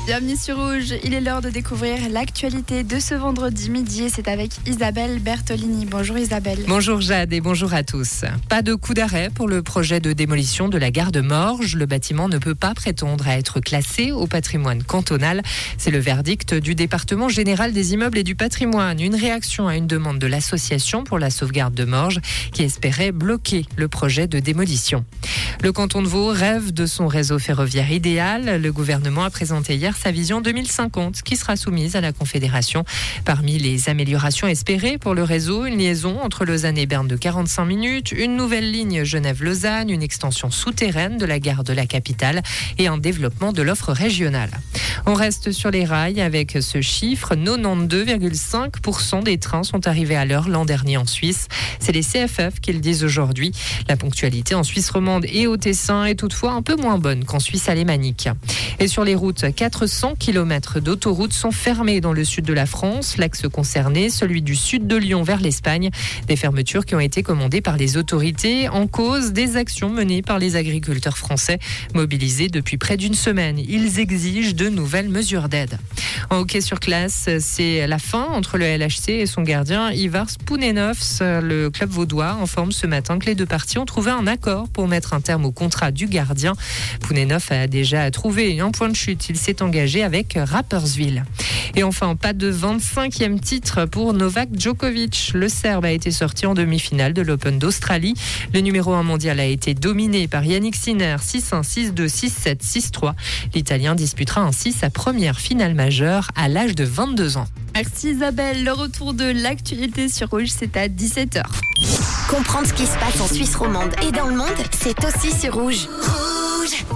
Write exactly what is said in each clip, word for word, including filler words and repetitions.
Bienvenue sur Rouge, il est l'heure de découvrir l'actualité de ce vendredi midi et c'est avec Isabelle Bertolini. Bonjour Isabelle. Bonjour Jade et bonjour à tous. Pas de coup d'arrêt pour le projet de démolition de la gare de Morges. Le bâtiment ne peut pas prétendre à être classé au patrimoine cantonal. C'est le verdict du département général des immeubles et du patrimoine. Une réaction à une demande de l'association pour la sauvegarde de Morges qui espérait bloquer le projet de démolition. Le canton de Vaud rêve de son réseau ferroviaire idéal. Le gouvernement a présenté hier sa vision deux mille cinquante qui sera soumise à la Confédération. Parmi les améliorations espérées pour le réseau, une liaison entre Lausanne et Berne de quarante-cinq minutes, une nouvelle ligne Genève-Lausanne, une extension souterraine de la gare de la capitale et un développement de l'offre régionale. On reste sur les rails avec ce chiffre, quatre-vingt-douze virgule cinq pour cent des trains sont arrivés à l'heure l'an dernier en Suisse. C'est les C F F qui le disent aujourd'hui. La ponctualité en Suisse romande et au Tessin est toutefois un peu moins bonne qu'en Suisse alémanique. Et sur les routes, quatre cents kilomètres d'autoroutes sont fermés dans le sud de la France. L'axe concerné, celui du sud de Lyon vers l'Espagne. Des fermetures qui ont été commandées par les autorités en cause des actions menées par les agriculteurs français mobilisés depuis près d'une semaine. Ils exigent de nouvelles mesures d'aide. En hockey sur glace, c'est la fin entre le L H C et son gardien Ivar Spounenovs. Le club vaudois informe ce matin que les deux parties ont trouvé un accord pour mettre un terme au contrat du gardien. Spounenov a déjà trouvé un point de chute. Il s'est engagé avec Rapperswil. Et enfin, pas de vingt-cinquième titre pour Novak Djokovic. Le Serbe a été sorti en demi-finale de l'Open d'Australie. Le numéro un mondial a été dominé par Yannick Sinner, six un, six deux, six sept, six trois. L'Italien disputera ainsi sa première finale majeure à l'âge de vingt-deux ans. Merci Isabelle. Le retour de l'actualité sur Rouge, c'est à dix-sept heures. Comprendre ce qui se passe en Suisse romande et dans le monde, c'est aussi sur Rouge. Rouge.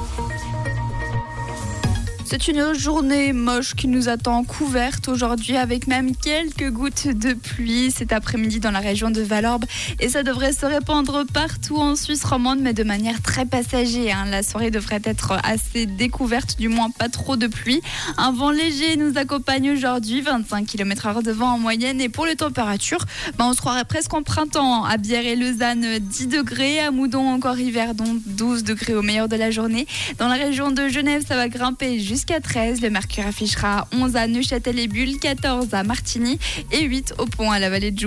C'est une journée moche qui nous attend couverte aujourd'hui avec même quelques gouttes de pluie cet après-midi dans la région de Valorbe et ça devrait se répandre partout en Suisse romande mais de manière très passager. Hein. La soirée devrait être assez découverte, du moins pas trop de pluie. Un vent léger nous accompagne aujourd'hui, vingt-cinq kilomètres heure de vent en moyenne et pour les températures, ben on se croirait presque en printemps. À Bière et Lausanne, dix degrés, à Moudon encore hiver, donc douze degrés au meilleur de la journée. Dans la région de Genève, ça va grimper jusqu'à Jusqu'à treize, le mercure affichera onze à Neuchâtel et Bulle, quatorze à Martigny et huit au Pont à la Vallée de Joux.